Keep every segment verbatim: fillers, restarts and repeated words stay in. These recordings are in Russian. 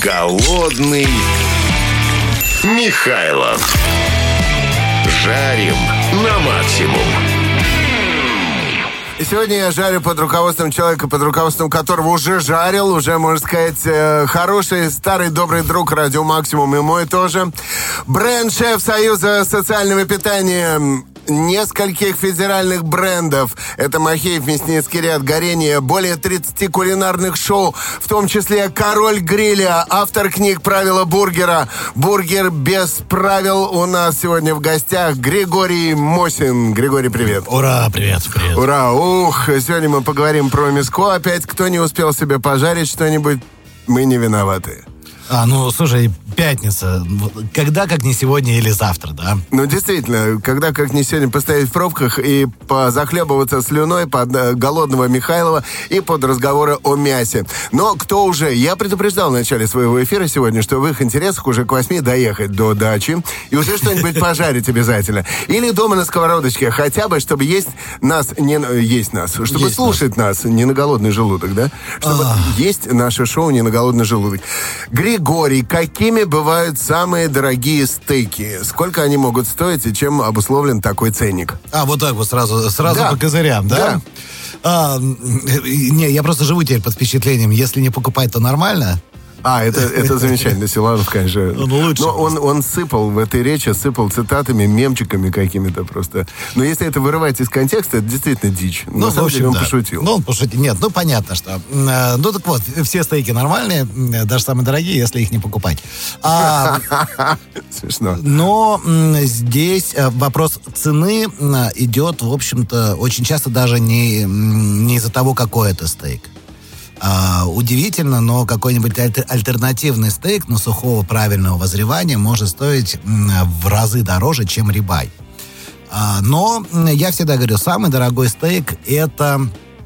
Голодный Михайлов. Жарим на максимум. И сегодня я жарю под руководством человека, под руководством которого уже жарил, уже, можно сказать, хороший, старый, добрый друг Радио Максимум, и мой тоже. Бренд-шеф Союза социального питания нескольких федеральных брендов. Это Махеев, Мясницкий ряд, Горение, более тридцати кулинарных шоу, в том числе «Король гриля», автор книг «Правила бургера», «Бургер без правил». У нас сегодня в гостях Григорий Мосин. Григорий, привет. Ура, привет, привет. Ура, ух, сегодня мы поговорим про мяско. Опять, кто не успел себе пожарить что-нибудь, мы не виноваты. А, ну, слушай, пятница. Когда, как не сегодня или завтра, да? Ну, действительно, когда, как не сегодня, постоять в пробках и захлебываться слюной под голодного Михайлова и под разговоры о мясе. Но кто уже... Я предупреждал в начале своего эфира сегодня, что в их интересах уже к восьми доехать до дачи и уже что-нибудь пожарить обязательно. Или дома на сковородочке, хотя бы, чтобы есть нас... не Есть нас. Чтобы есть слушать нас. нас не на голодный желудок, да? Чтобы а. есть наше шоу не на голодный желудок. Григорий, какими бывают самые дорогие стейки? Сколько они могут стоить и чем обусловлен такой ценник? А, вот так вот сразу, сразу да. по козырям, да? Да. А, не, я просто живу теперь под впечатлением. Если не покупать, то нормально. А, это, это замечательно. Силанов, конечно. Он лучше. Но он, он сыпал в этой речи, сыпал цитатами, мемчиками какими-то просто. Но если это вырывать из контекста, это действительно дичь. Ну, На самом в общем, деле он да. пошутил. Ну, он пошутил. Нет, ну, понятно, что... Э, ну, так вот, все стейки нормальные, даже самые дорогие, если их не покупать. А, Смешно. Но м, здесь вопрос цены идет, в общем-то, очень часто даже не, не из-за того, какой это стейк. Uh, удивительно, но какой-нибудь аль- альтернативный стейк, но сухого правильного вызревания может стоить м, в разы дороже, чем рибай. Uh, но м, я всегда говорю, самый дорогой стейк это...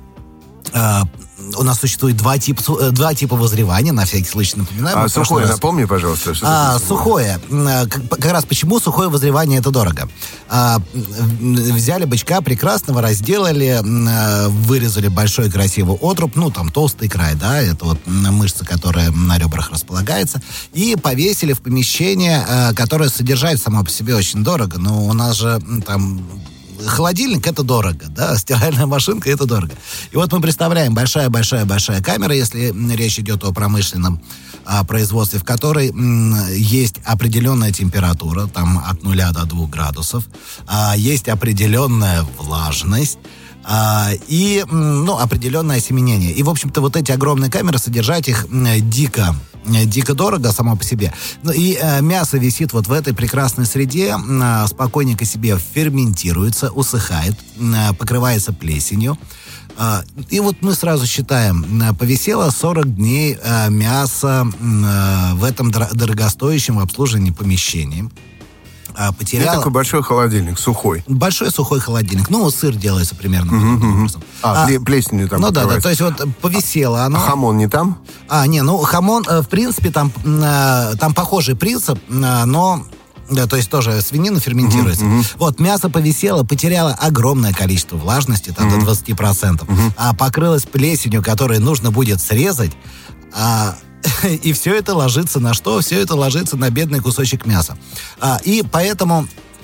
Uh, у нас существует два типа, два типа вызревания, на всякий случай напоминаю. А сухое, раз... напомни, пожалуйста. Что а, сухое. Как, как раз почему сухое вызревание это дорого. А, взяли бычка прекрасного, разделали, вырезали большой красивый отруб, ну, там, толстый край, да, это вот мышца, которая на ребрах располагается, и повесили в помещение, которое содержать само по себе очень дорого, но у нас же там... Холодильник — это дорого, да, стиральная машинка — это дорого. И вот мы представляем, большая-большая-большая камера, если речь идет о промышленном а, производстве, в которой м, есть определенная температура, там от нуля до двух градусов, а, есть определенная влажность, а, и, ну, определенное осеменение. И, в общем-то, вот эти огромные камеры, содержать их дико дико дорого само по себе. Ну, и э, мясо висит вот в этой прекрасной среде, э, спокойненько себе ферментируется, усыхает, э, покрывается плесенью. Э, и вот мы сразу считаем, э, повисело сорок дней э, мясо э, в этом дор- дорогостоящем в обслуживании помещении. Потеряла... Это такой большой холодильник, сухой. Большой сухой холодильник. Ну, сыр делается примерно uh-huh, таким uh-huh. образом. А, а плесенью там Ну да, покрывается. да, то есть вот повисело оно. А хамон не там? А, не, ну хамон, в принципе, там, там похожий принцип, но... Да, то есть тоже свинина ферментируется. Uh-huh, uh-huh. Вот, мясо повисело, потеряло огромное количество влажности, там uh-huh. до двадцать процентов, uh-huh. а покрылось плесенью, которую нужно будет срезать, а... И все это ложится на что? Все это ложится на бедный кусочек мяса. А, и поэтому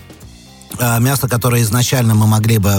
а, мясо, которое изначально мы могли бы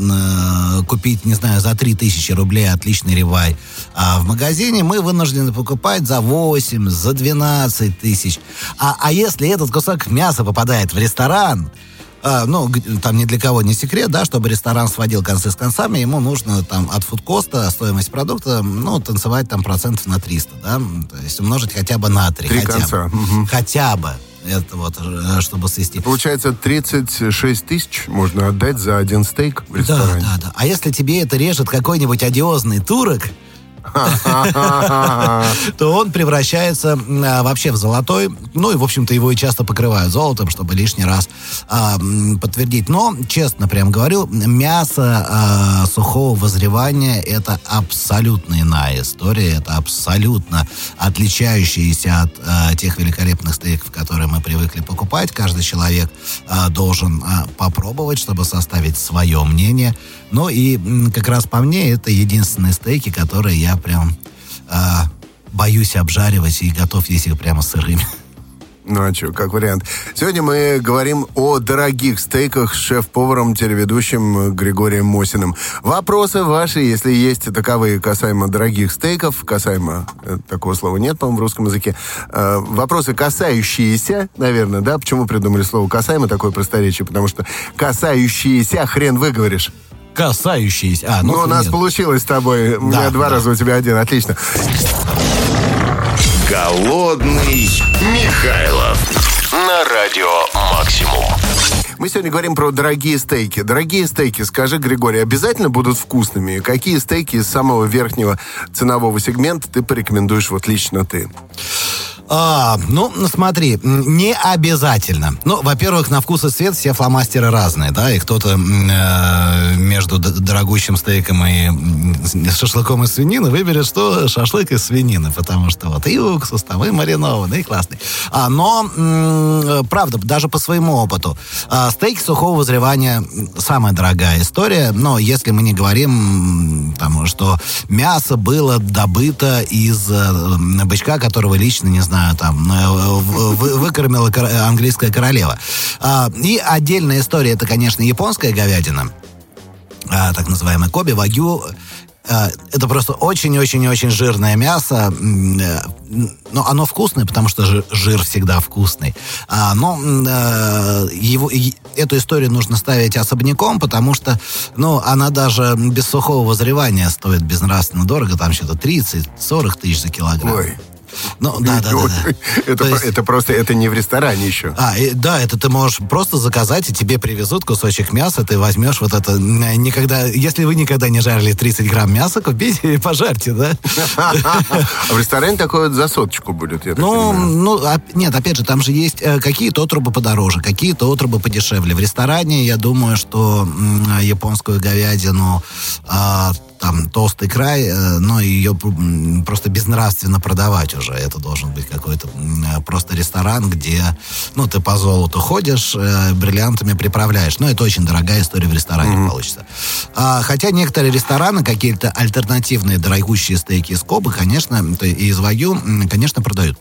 а, купить, не знаю, за три тысячи рублей, отличный рибай, а в магазине мы вынуждены покупать за восемь, за двенадцать тысяч. А, а если этот кусок мяса попадает в ресторан, А, ну, там ни для кого не секрет, да, чтобы ресторан сводил концы с концами, ему нужно там от фудкоста, стоимость продукта, ну, танцевать там процентов на триста, да, то есть умножить хотя бы на три. Три хотя конца. Бы, угу. Хотя бы. Это вот, чтобы свести. Получается, тридцать шесть тысяч можно отдать за один стейк в ресторане. Да, да, да. А если тебе это режет какой-нибудь одиозный турок, то он превращается а, вообще в золотой. Ну и, в общем-то, его и часто покрывают золотом, чтобы лишний раз а, подтвердить. Но, честно прям говорю, мясо а, сухого вызревания — это абсолютно иная история. Это абсолютно отличающаяся от а, тех великолепных стейков, которые мы привыкли покупать. Каждый человек а, должен а, попробовать, чтобы составить свое мнение. Ну и как раз по мне, это единственные стейки, которые я прям а, боюсь обжаривать и готов есть их прямо сырыми. Ну а что, как вариант. Сегодня мы говорим о дорогих стейках с шеф-поваром, телеведущим Григорием Мосиным. Вопросы ваши, если есть таковые, касаемо дорогих стейков, касаемо, такого слова нет, по-моему, в русском языке, э, вопросы касающиеся, наверное, да, почему придумали слово касаемо, такое просторечие, потому что касающиеся хрен выговоришь. Касающиеся. А, ну, ну у нас нет. Получилось с тобой. У меня Да, два да. раза, у тебя один. Отлично. Голодный Михайлов на радио «Максимум». Мы сегодня говорим про дорогие стейки. Дорогие стейки, скажи, Григорий, обязательно будут вкусными? Какие стейки из самого верхнего ценового сегмента ты порекомендуешь вот лично ты? А, ну, смотри, не обязательно. Ну, во-первых, на вкус и цвет все фломастеры разные, да, и кто-то э, между д- дорогущим стейком и м, шашлыком из свинины выберет, что шашлык из свинины, потому что вот и уксус там, и маринованный, и классный. А, но, м, правда, даже по своему опыту, а, стейки сухого вызревания самая дорогая история, но если мы не говорим, там, что мясо было добыто из э, бычка, которого лично, не знаю, там, вы, выкормила английская королева. А, и отдельная история, это, конечно, японская говядина, а, так называемая коби, вагю. А, это просто очень-очень-очень жирное мясо. Но оно вкусное, потому что жир всегда вкусный. А, но а, его, эту историю нужно ставить особняком, потому что, ну, она даже без сухого вызревания стоит безнравственно дорого. Там что-то тридцать-сорок тысяч за килограмм. Ой. Ну, да, да, да. да. Это, есть... это просто, это не в ресторане еще. А, и, да, это ты можешь просто заказать, и тебе привезут кусочек мяса, ты возьмешь вот это, никогда, если вы никогда не жарили тридцать грамм мяса, купите и пожарьте, да? А в ресторане такое вот за соточку будет, я так Ну, понимаю. ну, а, нет, опять же, там же есть э, какие-то отрубы подороже, какие-то отрубы подешевле. В ресторане, я думаю, что м, японскую говядину, э, там, толстый край, э, но ее м, просто безнравственно продавать уже. Это должен быть какой-то м, просто ресторан, где, ну, ты по золоту ходишь, э, бриллиантами приправляешь. Но это очень дорогая история в ресторане mm-hmm. получится. А, хотя некоторые рестораны, какие-то альтернативные дорогущие стейки из Кобы, конечно, и из вагю, конечно, продают.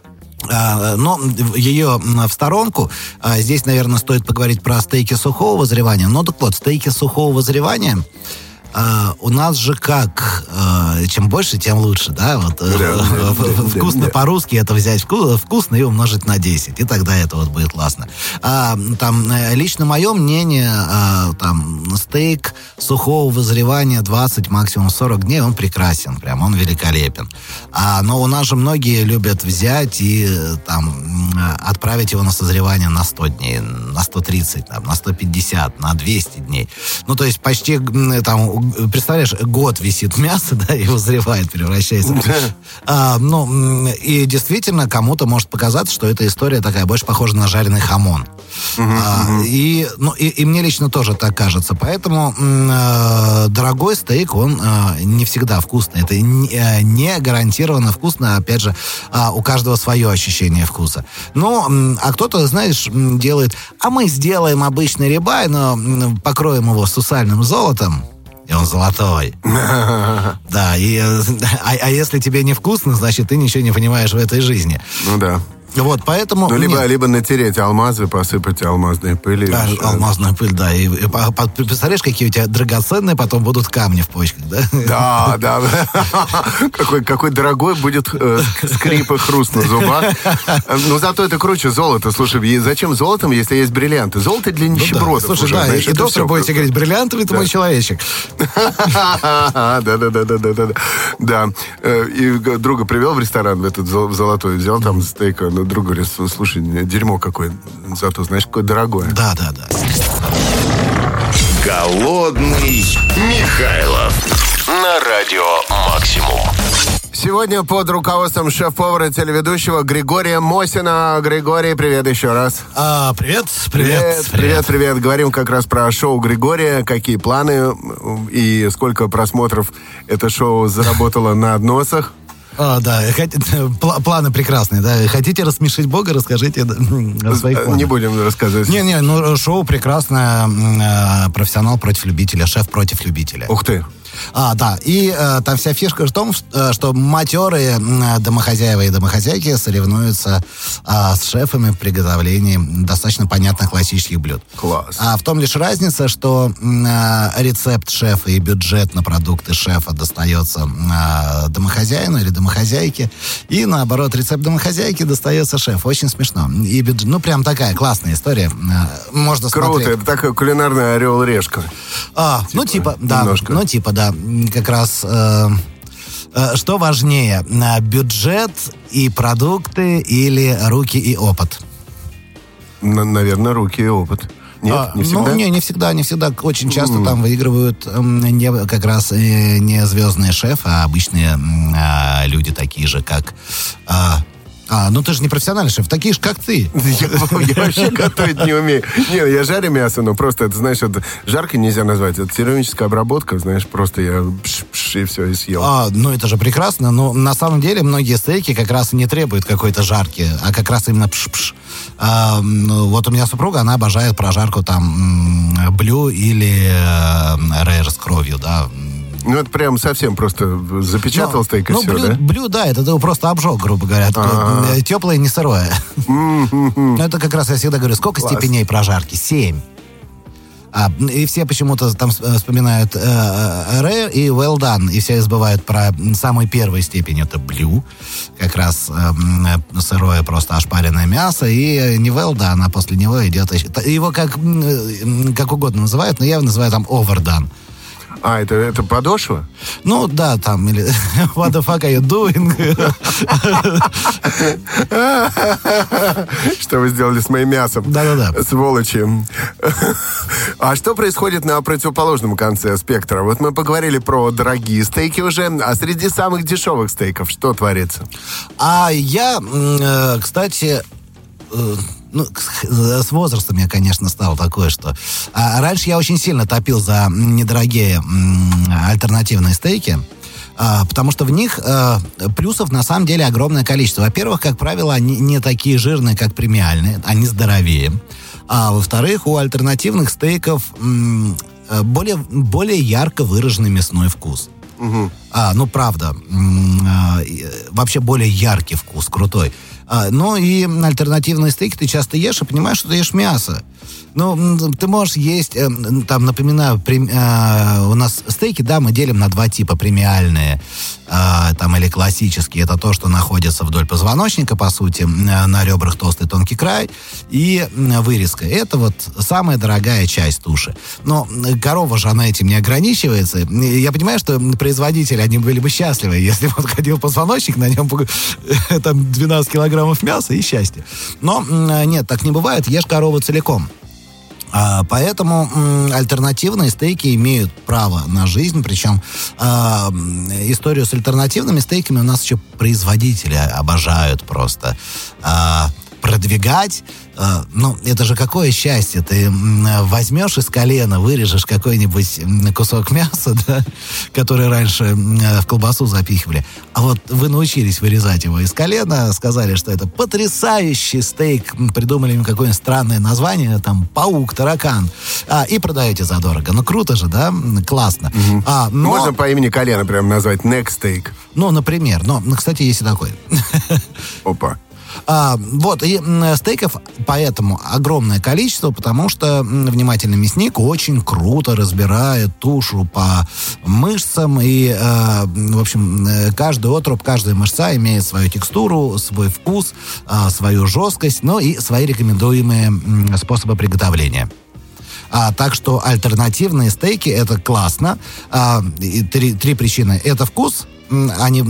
Но ее в сторонку. Здесь, наверное, стоит поговорить про стейки сухого вызревания. Ну, так вот, стейки сухого вызревания Uh, у нас же как, uh, чем больше, тем лучше, да? Вот, да, да, да, вкусно да, да. по-русски это взять вку- вкусно и умножить на десять, и тогда это вот будет классно. Uh, там, лично мое мнение, uh, там, стейк сухого вызревания двадцать, максимум сорок дней, он прекрасен, прям, он великолепен. Uh, но у нас же многие любят взять и там отправить его на созревание на сто дней, на сто тридцать, там, на сто пятьдесят, на двести дней. Ну, то есть почти там, представляешь, год висит мясо, да, и вызревает, превращается. а, ну, и действительно, кому-то может показаться, что эта история такая больше похожа на жареный хамон. Uh-huh, а, uh-huh. И, ну, и, и мне лично тоже так кажется. Поэтому э, дорогой стейк, он э, не всегда вкусный. Это не, не гарантированно вкусно. Опять же, э, у каждого свое ощущение вкуса. Ну, а кто-то, знаешь, делает, а мы сделаем обычный рибай, но покроем его сусальным золотом. И он золотой. Да, и, а, а если тебе невкусно, значит, ты ничего не понимаешь в этой жизни. Ну да. Вот, поэтому... Ну, либо, либо натереть алмазы, посыпать алмазной пылью. А, алмазная пыль, да. И, и, по, по, представляешь, какие у тебя драгоценные потом будут камни в почках, да? Да, да. какой, какой дорогой будет э, скрип и хруст на зубах. Но зато это круче золота. Слушай, зачем золотом, если есть бриллианты? Золото для нищебродов. Ну, да. Слушай, уже, да, знаешь, и доктор будете говорить, бриллиантовый ты мой человечек. Да, да, да, да, да, да, да. Да. И друга привел в ресторан, в этот золотой, взял там стейк, друг говорит, слушай, дерьмо какое, зато, знаешь, какое дорогое. Да, да, да. Голодный Михайлов на радио «Максимум». Сегодня под руководством шеф-повара телеведущего Григория Мосина. Григорий, привет еще раз. А, привет, привет, привет, привет, привет. Говорим как раз про шоу Григория, какие планы и сколько просмотров это шоу заработало на относах. А, да, планы прекрасные, да. Хотите рассмешить Бога, расскажите о своих планах. Не будем рассказывать. Не-не, ну шоу прекрасное, профессионал против любителя, шеф против любителя. Ух ты. А, да, и э, там вся фишка в том, что, что матерые э, домохозяева и домохозяйки соревнуются э, с шефами в приготовлении достаточно понятных классических блюд. Класс. А в том лишь разница, что э, рецепт шефа и бюджет на продукты шефа достается э, домохозяину или домохозяйке, и наоборот, рецепт домохозяйки достается шефу. Очень смешно. И бюджет, ну, прям такая классная история. Э, можно Круто, смотреть. это такой кулинарный орел-решка. А, типа, ну, типа, да. немножко. Ну, типа, да. Как раз... Э, э, что важнее, э, бюджет и продукты или руки и опыт? Н- наверное, руки и опыт. Нет, А, не всегда? Ну, не, не всегда, не всегда. Очень часто Mm. там выигрывают эм, не, как раз э, не звездные шефы, а обычные м, а, люди такие же, как... а, а, ну ты же не профессиональный шеф, такие же, как ты. Я, я вообще готовить не умею. Не, я жарю мясо, но просто, это, знаешь, это жаркой нельзя назвать. Это термическая обработка, знаешь, просто я пш-пш, и все, и съел. А, ну это же прекрасно, но на самом деле многие стейки как раз и не требуют какой-то жарки, а как раз именно пш-пш. А, ну, вот у меня супруга, она обожает прожарку там м, блю или э, рейр с кровью, да. Ну, это прям совсем просто запечатал Ну, стейк и ну, все, блю, да? блю, да, это ты его просто обжег, грубо говоря. А-а-а. Такое, теплое, не сырое. Ну, это как раз я всегда говорю, сколько Класс. степеней прожарки? Семь. А, и все почему-то там э, вспоминают э, э, rare и well done, и все забывают про самую первую степень, это blue, как раз э, э, сырое просто ошпаренное мясо, и не well done, а после него идет... Его как, э, как угодно называют, но я его называю там overdone. А, это, это подошва? Ну, да, там, или what the fuck are you doing? Что вы сделали с моим мясом? Да-да-да. Сволочи. А что происходит на противоположном конце спектра? Вот мы поговорили про дорогие стейки уже, а среди самых дешевых стейков что творится? А я, м, э, кстати, э, ну, с с возрастом я, конечно, стал такое, что... а, раньше я очень сильно топил за недорогие м, альтернативные стейки, а, потому что в них э, плюсов на самом деле огромное количество. Во-первых, как правило, они не такие жирные, как премиальные, они здоровее. А во-вторых, у альтернативных стейков м, э, более, более ярко выраженный мясной вкус. Угу. А, ну, правда. М, а, и, э, вообще более яркий вкус, крутой. А, ну, и альтернативные стейки ты часто ешь и понимаешь, что ты ешь мясо. Ну, м, ты можешь есть, э, там, напоминаю, прем- э, у нас стейки, да, мы делим на два типа. Премиальные, э, там, или классические. Это то, что находится вдоль позвоночника, по сути, э, на ребрах толстый тонкий край, и э, вырезка. Это вот самая дорогая часть туши. Но э, корова же, она этим не ограничивается. Я понимаю, что производители, они были бы счастливы, если бы он ходил позвоночник, на нем там двенадцать килограммов мяса и счастье. Но э, нет, так не бывает. Ешь корову целиком. А, поэтому м, альтернативные стейки имеют право на жизнь, причем а, историю с альтернативными стейками у нас еще производители обожают просто а, продвигать. А, ну, это же какое счастье, ты м, возьмешь из колена, вырежешь какой-нибудь м, кусок мяса, да, который раньше м, в колбасу запихивали, а вот вы научились вырезать его из колена, сказали, что это потрясающий стейк, придумали им какое-нибудь странное название, там, паук, таракан, а, и продаете задорого. Ну, круто же, да? Классно. Угу. А, но... Можно по имени колена прям назвать neck steak. Ну, например. Но, ну, кстати, есть и такой. Опа. А, вот, и м, стейков поэтому огромное количество, потому что м, внимательный мясник очень круто разбирает тушу по мышцам, и, э, в общем, э, каждый отруб, каждая мышца имеет свою текстуру, свой вкус, э, свою жесткость, ну и свои рекомендуемые м, способы приготовления. А, так что альтернативные стейки — это классно. А, и три, три причины. Это вкус, они,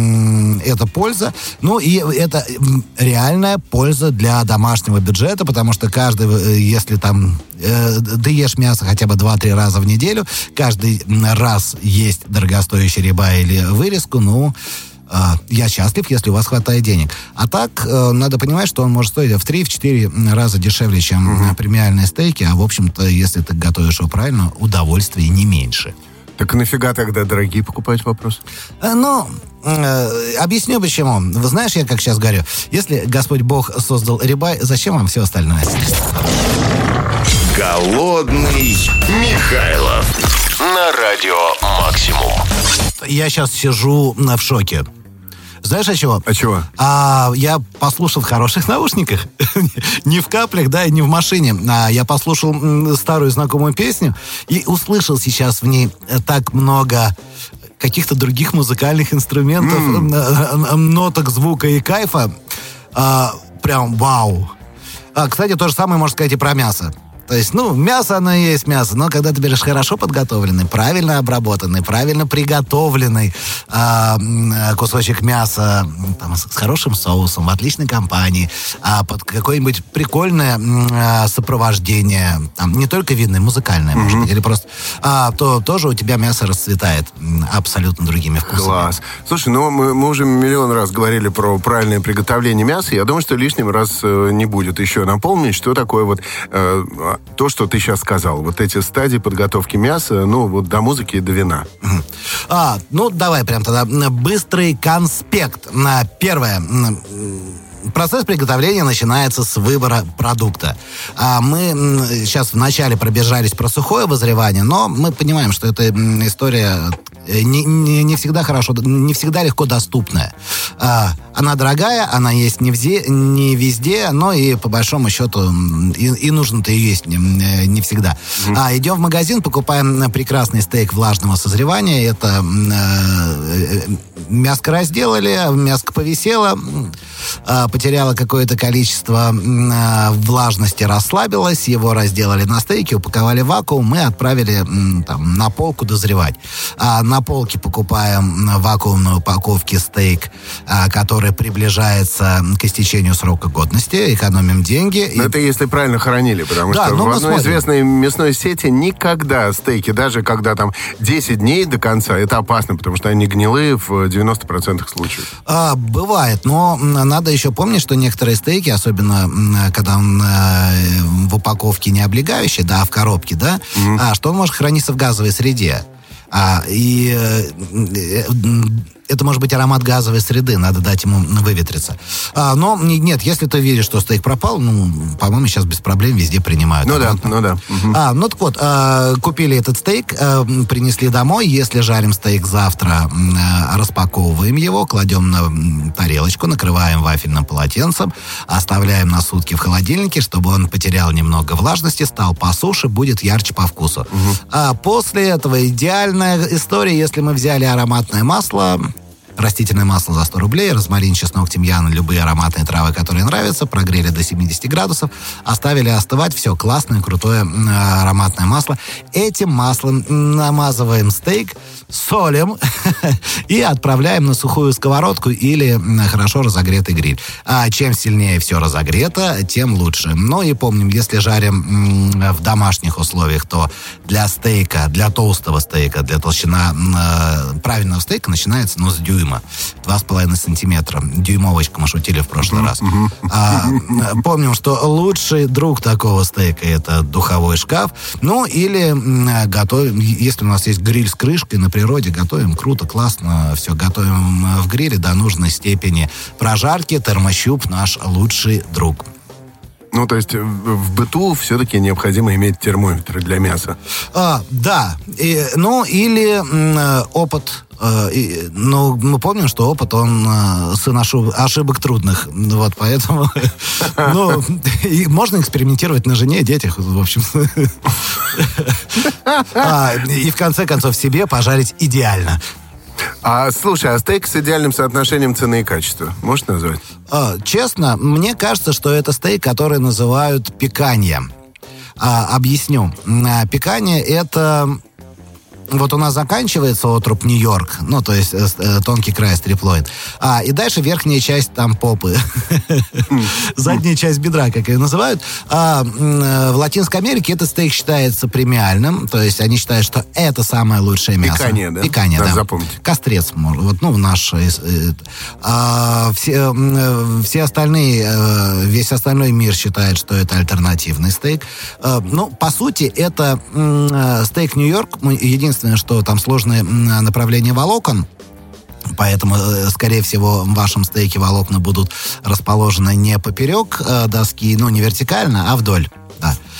это польза, ну и это реальная польза для домашнего бюджета, потому что каждый, если там э, ты ешь мясо хотя бы два-три раза в неделю, каждый раз есть дорогостоящая риба или вырезку, ну, э, я счастлив, если у вас хватает денег. А так, э, надо понимать, что он может стоить в три-четыре раза дешевле, чем угу. премиальные стейки, а в общем-то, если ты готовишь его правильно, удовольствие не меньше. Так нафига тогда дорогие покупать, вопрос? Э, ну, э, объясню почему. Вы знаешь, я как сейчас говорю, если Господь Бог создал рибай, зачем вам все остальное? Голодный Михайлов на радио «Максимум». Я сейчас сижу в шоке. Знаешь, от чего? От чего? А, я послушал в хороших наушниках. Не в каплях, да, и не в машине. А я послушал м, старую знакомую песню и услышал сейчас в ней так много каких-то других музыкальных инструментов, mm. ноток звука и кайфа. А, прям вау. А, кстати, то же самое можно сказать и про мясо. То есть, ну, мясо, оно и есть мясо, но когда ты берешь хорошо подготовленный, правильно обработанный, правильно приготовленный э, кусочек мяса там, с хорошим соусом, в отличной компании, а под какое-нибудь прикольное э, сопровождение, там, не только винное, музыкальное, mm-hmm. может быть, или просто, а, то тоже у тебя мясо расцветает абсолютно другими вкусами. Класс. Слушай, ну, мы, мы уже миллион раз говорили про правильное приготовление мяса, я думаю, что лишним раз э, не будет еще напомнить, что такое вот... Э, то, что ты сейчас сказал, вот эти стадии подготовки мяса, ну, вот до музыки и до вина. А, ну, давай прям тогда быстрый конспект. Первое. Процесс приготовления начинается с выбора продукта. А мы сейчас вначале пробежались про сухое вызревание, но мы понимаем, что эта история не, не, не всегда хорошо, не всегда легко доступная. А, она дорогая, она есть не, взе, не везде, но и по большому счету и, и нужно-то ее есть не, не всегда. Mm-hmm. А, идем в магазин, покупаем прекрасный стейк влажного созревания. Это э, мяско разделали, мяско повисело, э, потеряло какое-то количество э, влажности, расслабилось, его разделали на стейки, упаковали в вакуум, мы отправили э, там, на полку дозревать. А на полке покупаем в вакуумной упаковке стейк, э, который приближается к истечению срока годности, экономим деньги. Но и... это если правильно хранили, потому да, что ну, в одной смотрим. известной мясной сети никогда стейки, даже когда там десять дней до конца, это опасно, потому что они гнилые в девяносто процентов случаев. А, бывает, но надо еще помнить, что некоторые стейки, особенно когда он э, в упаковке не облегающий, да, а в коробке, да, mm-hmm. а, что он может храниться в газовой среде. А, и э, это может быть аромат газовой среды, надо дать ему выветриться. А, но нет, если ты видишь, что стейк пропал, ну, по-моему, сейчас без проблем везде принимают. Ну да, вот, ну да. Угу. А, ну так вот, а, купили этот стейк, а, принесли домой. Если жарим стейк завтра, а, распаковываем его, кладем на тарелочку, накрываем вафельным полотенцем, оставляем на сутки в холодильнике, чтобы он потерял немного влажности, стал посуше, будет ярче по вкусу. Угу. А после этого идеальная история, если мы взяли ароматное масло, растительное масло за сто рублей, розмарин, чеснок, тимьян, любые ароматные травы, которые нравятся, прогрели до семьдесят градусов, оставили остывать, все, классное, крутое ароматное масло. Этим маслом намазываем стейк, солим и отправляем на сухую сковородку или на хорошо разогретый гриль. А чем сильнее все разогрето, тем лучше. Ну и помним, если жарим в домашних условиях, то для стейка, для толстого стейка, для толщина правильного стейка начинается, ну, с дюйма. Два с половиной сантиметра. Дюймовочка, мы шутили в прошлый uh-huh, раз. Uh-huh. А, помним, что лучший друг такого стейка — это духовой шкаф. Ну, или готовим, если у нас есть гриль с крышкой на природе, готовим круто, классно, все готовим в гриле до нужной степени прожарки. Термощуп — наш лучший друг. Ну, то есть в быту все-таки необходимо иметь термометр для мяса. А, да. И, ну, или м, опыт. Э, и, ну, мы помним, что опыт, он э, сын ошибок трудных. Вот, поэтому ну, можно экспериментировать на жене, детях, в общем. И в конце концов себе пожарить идеально. А, слушай, а стейк с идеальным соотношением цены и качества можешь назвать? А, честно, мне кажется, что это стейк, который называют пиканья. А, объясню. А, пиканья — это... Вот у нас заканчивается отруб Нью-Йорк, ну, то есть э, тонкий край, стриплоин. А, и дальше верхняя часть там попы. Задняя часть бедра, как ее называют. А, в Латинской Америке этот стейк считается премиальным, то есть они считают, что это самое лучшее мясо. Пиканье, да? Пиканье, да. Запомните. Кострец, вот, ну, наш... А, все, все остальные, весь остальной мир считает, что это альтернативный стейк. А, ну, по сути, это стейк Нью-Йорк, единственное, что там сложное направление волокон, поэтому, скорее всего, в вашем стейке волокна будут расположены не поперек доски, ну, не вертикально, а вдоль. Да.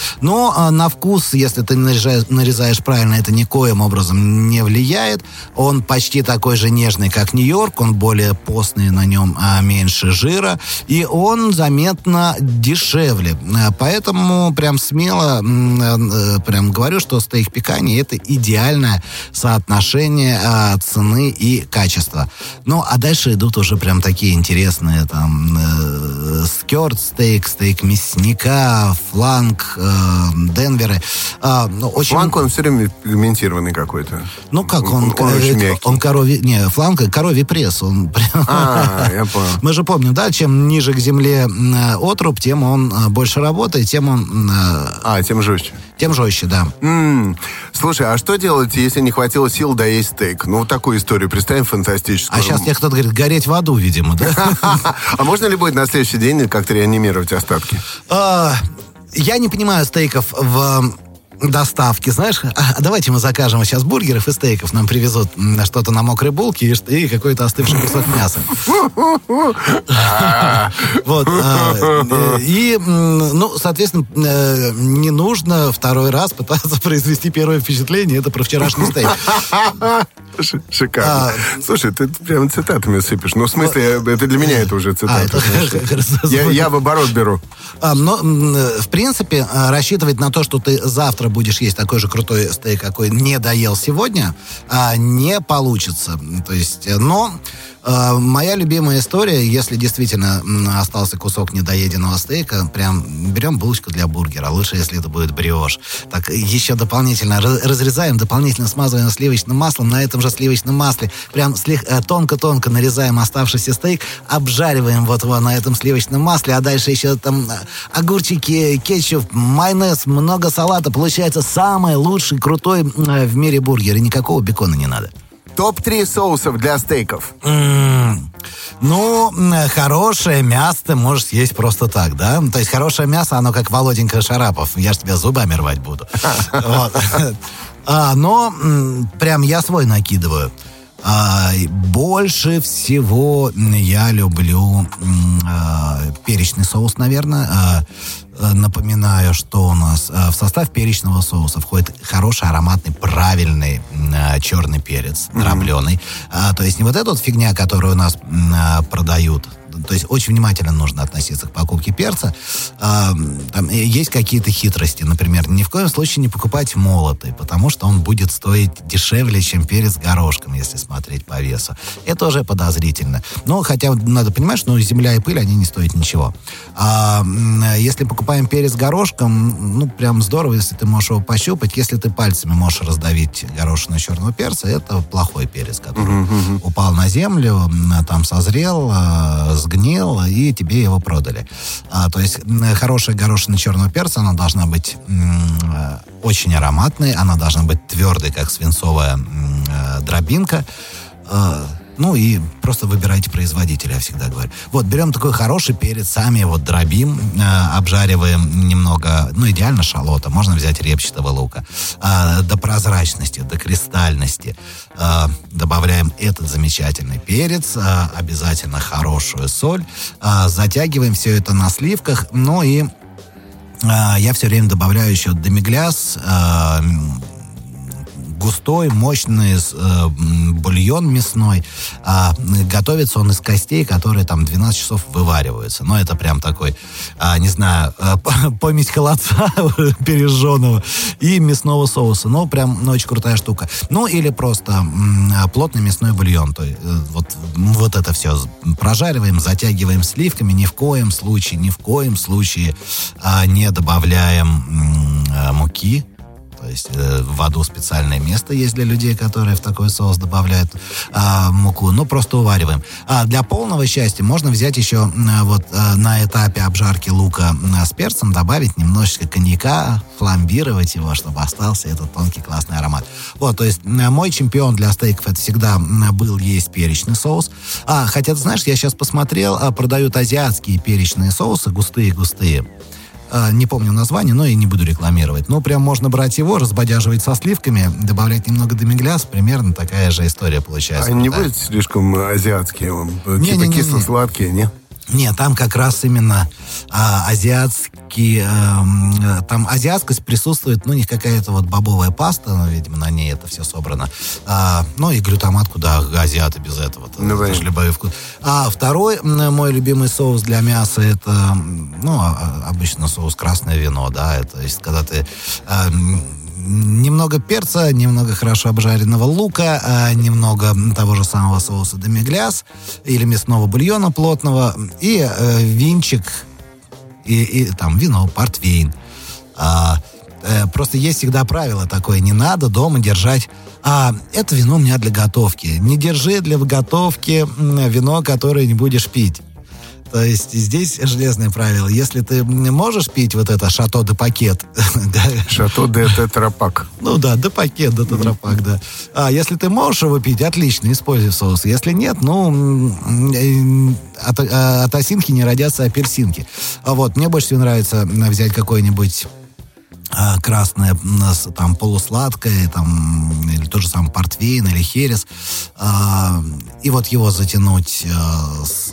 Но а, на вкус, если ты нарезаешь, нарезаешь правильно, это никоим образом не влияет. Он почти такой же нежный, как Нью-Йорк, он более постный, на нем а, меньше жира, и он заметно дешевле. А, поэтому прям смело а, прям говорю, что стейк пиканьи — это идеальное соотношение а, цены и качества. Ну, а дальше идут уже прям такие интересные там э, скёрт-стейк, стейк мясника, фланг, э, денверы. А, ну, очень... Фланг, он все время пигментированный какой-то. Ну, как он? Он, он очень мягкий. Он коровий... Не, фланг, коровий пресс. Он прям... А, я понял. Мы же помним, да, чем ниже к земле отруб, тем он больше работает, тем он... А, тем жестче. Тем жестче, да. М-м. Слушай, а что делать, если не хватило сил доесть стейк? Ну, вот такую историю представим фантастическую. А сейчас тебе кто-то говорит, гореть в аду, видимо, да? А можно ли будет на следующий день как-то реанимировать остатки? Я не понимаю стейков в доставке, знаешь. А давайте мы закажем сейчас бургеров и стейков. Нам привезут что-то на мокрой булке и, и какой-то остывший кусок мяса. Вот. И, ну, соответственно, не нужно второй раз пытаться произвести первое впечатление. Это про вчерашний стейк. Шикарно. Слушай, ты прям цитатами сыпешь. Ну, в смысле, это для меня это уже цитата. Я в оборот беру. Но, в принципе, рассчитывать на то, что ты завтра будешь есть такой же крутой стейк, какой не доел сегодня, не получится. То есть, но моя любимая история, если действительно остался кусок недоеденного стейка, прям берем булочку для бургера. Лучше, если это будет бриош. Так еще дополнительно разрезаем, дополнительно смазываем сливочным маслом. На этом же сливочном масле прям слег, тонко-тонко нарезаем оставшийся стейк, обжариваем вот его на этом сливочном масле, а дальше еще там огурчики, кетчуп, майонез, много салата. Получается самый лучший, крутой в мире бургер. И никакого бекона не надо. топ три соусов для стейков. Mm. Ну, хорошее мясо ты можешь съесть просто так, да? То есть хорошее мясо, оно как Володенька Шарапов. Я ж тебя зубами рвать буду. Но прям я свой накидываю. Больше всего я люблю перечный соус, наверное. Напоминаю, что у нас в состав перечного соуса входит хороший, ароматный, правильный э, черный перец, mm-hmm. дробленый. А, то есть не вот эта вот фигня, которую у нас э, продают. То есть очень внимательно нужно относиться к покупке перца. А, там есть какие-то хитрости. Например, ни в коем случае не покупать молотый, потому что он будет стоить дешевле, чем перец горошком, если смотреть по весу. Это уже подозрительно. Но хотя надо понимать, что ну, земля и пыль, они не стоят ничего. А, если покупаем перец горошком, ну, прям здорово, если ты можешь его пощупать. Если ты пальцами можешь раздавить горошину черного перца, это плохой перец, который mm-hmm. упал на землю, там созрел, сгнил, и тебе его продали. А, то есть хорошая горошина черного перца, она должна быть м- очень ароматной, она должна быть твердой, как свинцовая м- дробинка. А, ну и просто выбирайте производителя, я всегда говорю. Вот, берем такой хороший перец, сами его дробим, э, обжариваем немного, ну, идеально шалота, можно взять репчатого лука, э, до прозрачности, до кристальности. Э, добавляем этот замечательный перец, э, обязательно хорошую соль, э, затягиваем все это на сливках, ну и э, я все время добавляю еще демигляс, э, густой, мощный э, бульон мясной. А, готовится он из костей, которые там двенадцать часов вывариваются. Но это прям такой, а, не знаю, а, помесь холодца пережженного и мясного соуса. Ну, прям ну, очень крутая штука. Ну, или просто м, плотный мясной бульон. То есть, вот, вот это все прожариваем, затягиваем сливками. Ни в коем случае, ни в коем случае а, не добавляем м, а, муки. То есть э, в аду специальное место есть для людей, которые в такой соус добавляют э, муку. Ну, просто увариваем. А для полного счастья можно взять еще э, вот э, на этапе обжарки лука э, с перцем добавить немножечко коньяка, фламбировать его, чтобы остался этот тонкий классный аромат. Вот, то есть э, мой чемпион для стейков это всегда э, был есть перечный соус. А, хотя, ты знаешь, я сейчас посмотрел, э, продают азиатские перечные соусы, густые-густые. Не помню название, но и не буду рекламировать. Но прям можно брать его, разбодяживать со сливками, добавлять немного демигляс, примерно такая же история получается. А не будет слишком азиатские, не, типа не, не, кисло-сладкие, не? Нет, там как раз именно а, азиатский, а, там азиатскость присутствует, ну, у них какая-то вот бобовая паста, ну, видимо, на ней это все собрано. А, ну, и глютамат, куда азиаты без этого. Ну, это же любой вкус. А второй мой любимый соус для мяса, это, ну, обычно соус красное вино, да, то есть, когда ты... А, немного перца, немного хорошо обжаренного лука, а, немного того же самого соуса демигляс или мясного бульона плотного и э, винчик и, и там вино, портвейн. А, э, просто есть всегда правило такое: не надо дома держать. А это вино у меня для готовки. Не держи для готовки вино, которое не будешь пить. То есть здесь железное правило. Если ты можешь пить вот это шато де пакет... Шато де тетрапак. Ну да, де пакет, де тетрапак, да. А если ты можешь его пить, отлично, используй соус. Если нет, ну, от, от осинки не родятся апельсинки. Вот, мне больше всего нравится взять какой-нибудь красное, там, полусладкое, там, или тот же самый портвейн, или херес, и вот его затянуть с...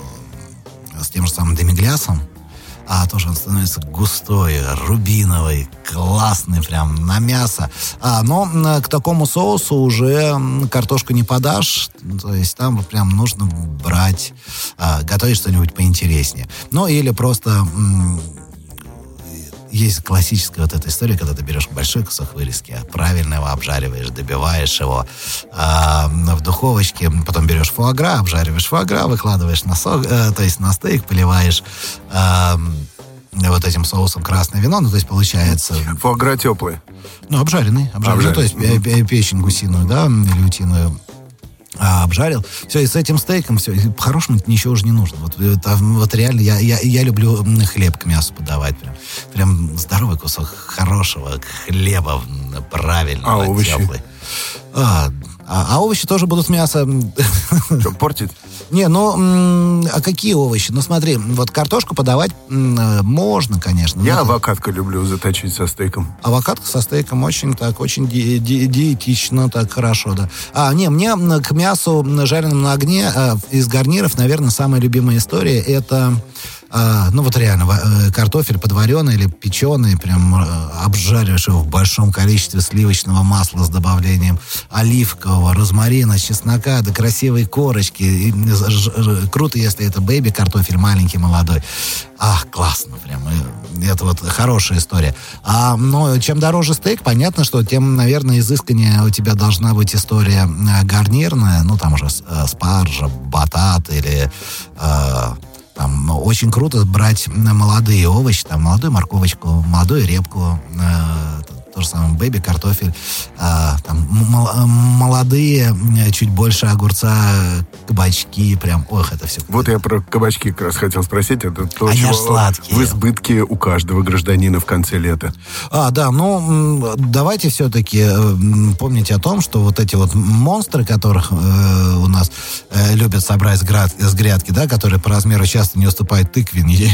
с тем же самым демиглясом, а тоже он становится густой, рубиновый, классный прям на мясо. А, но к такому соусу уже картошку не подашь, то есть там прям нужно брать, а, готовить что-нибудь поинтереснее. Ну или просто... М- Есть классическая вот эта история, когда ты берешь большой кусок вырезки, правильно его обжариваешь, добиваешь его э, в духовочке, потом берешь фуагра, обжариваешь фуагра, выкладываешь на сок, э, то есть на стейк, поливаешь э, вот этим соусом красное вино, ну, то есть получается... Фуагра теплый. Ну, обжаренный, обжаренный, ну, то есть mm-hmm. печень гусиную, да, или утиную. А, обжарил. Все, и с этим стейком все. По-хорошему ничего уже не нужно. Вот, это, вот реально, я, я, я люблю хлеб к мясу подавать. Прям, прям здоровый кусок хорошего хлеба, правильного, а овощи? Теплый. А, а, а овощи тоже будут мясо. Что, портить? Не, ну, а какие овощи? Ну, смотри, вот картошку подавать можно, конечно. Я но... авокадко люблю заточить со стейком. Авокадко со стейком очень так, очень ди- ди- диетично, так хорошо, да. А, не, мне к мясу, жареному на огне, из гарниров, наверное, самая любимая история, это... А, ну вот реально, картофель подваренный или печеный, прям обжариваешь его в большом количестве сливочного масла с добавлением оливкового, розмарина, чеснока, до красивой корочки. И, ж, ж, круто, если это бэйби-картофель маленький, молодой. Ах, классно прям. Это вот хорошая история. А, но чем дороже стейк, понятно, что тем, наверное, изысканнее у тебя должна быть история гарнирная. Ну, там уже спаржа, батат или... Э, Там, очень круто брать молодые овощи, там, молодую морковочку, молодую репку, э, то же самое бэби-картофель, э, там, м- молодые, чуть больше огурца, кабачки, прям, ох, это все. Вот я про кабачки как раз хотел спросить. Это то, Они чего аж сладкие. В избытке у каждого гражданина в конце лета. А, да, ну, давайте все-таки помните о том, что вот эти вот монстры, которых э, у нас э, любят собрать с, град, с грядки, да, которые по размеру часто не уступают тыкве,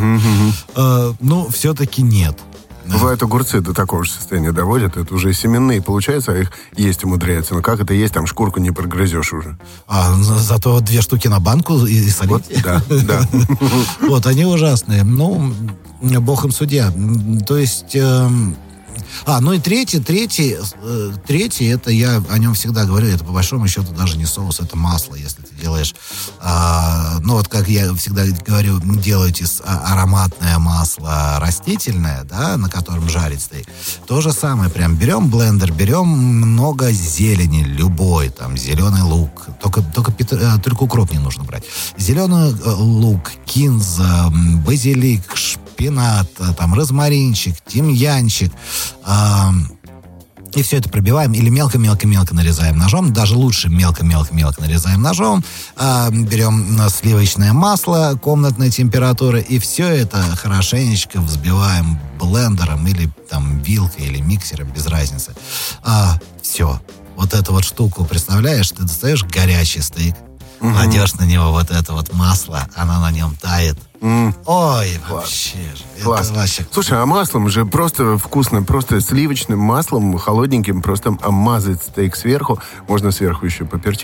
ну, все-таки нет. Бывают огурцы до такого же состояния доводят. Это уже семенные, получается, а их есть умудряется. Но как это есть, там шкурку не прогрызешь уже. А за- зато две штуки на банку и, и солить. Вот, да, да. Вот, они ужасные. Ну, бог им судья. То есть... эм, А, ну и третий, третий, э, третий, это я о нем всегда говорю, это по большому счету даже не соус, это масло, если ты делаешь, а, ну вот как я всегда говорю, делаете с- а- ароматное масло растительное, да, на котором жарить стейк. То же самое, прям берем блендер, берем много зелени, любой, там, зеленый лук, только, только, петр- э, только укроп не нужно брать. Зеленый э, лук, кинза, м, базилик, шпинат, э, там, розмаринчик, тимьянчик, а, и все это пробиваем или мелко-мелко-мелко нарезаем ножом, даже лучше мелко-мелко-мелко нарезаем ножом, а, берем сливочное масло комнатной температуры и все это хорошенечко взбиваем блендером или там вилкой или миксером, без разницы. А, все. Вот эту вот штуку, представляешь, ты достаешь горячий стейк, угу. Кладешь на него вот это вот масло, оно на нем тает. Mm. Ой, вообще же. Класс. Вообще... Слушай, а маслом же просто вкусно, просто сливочным маслом, холодненьким, просто обмазать стейк сверху. Можно сверху еще поперчить.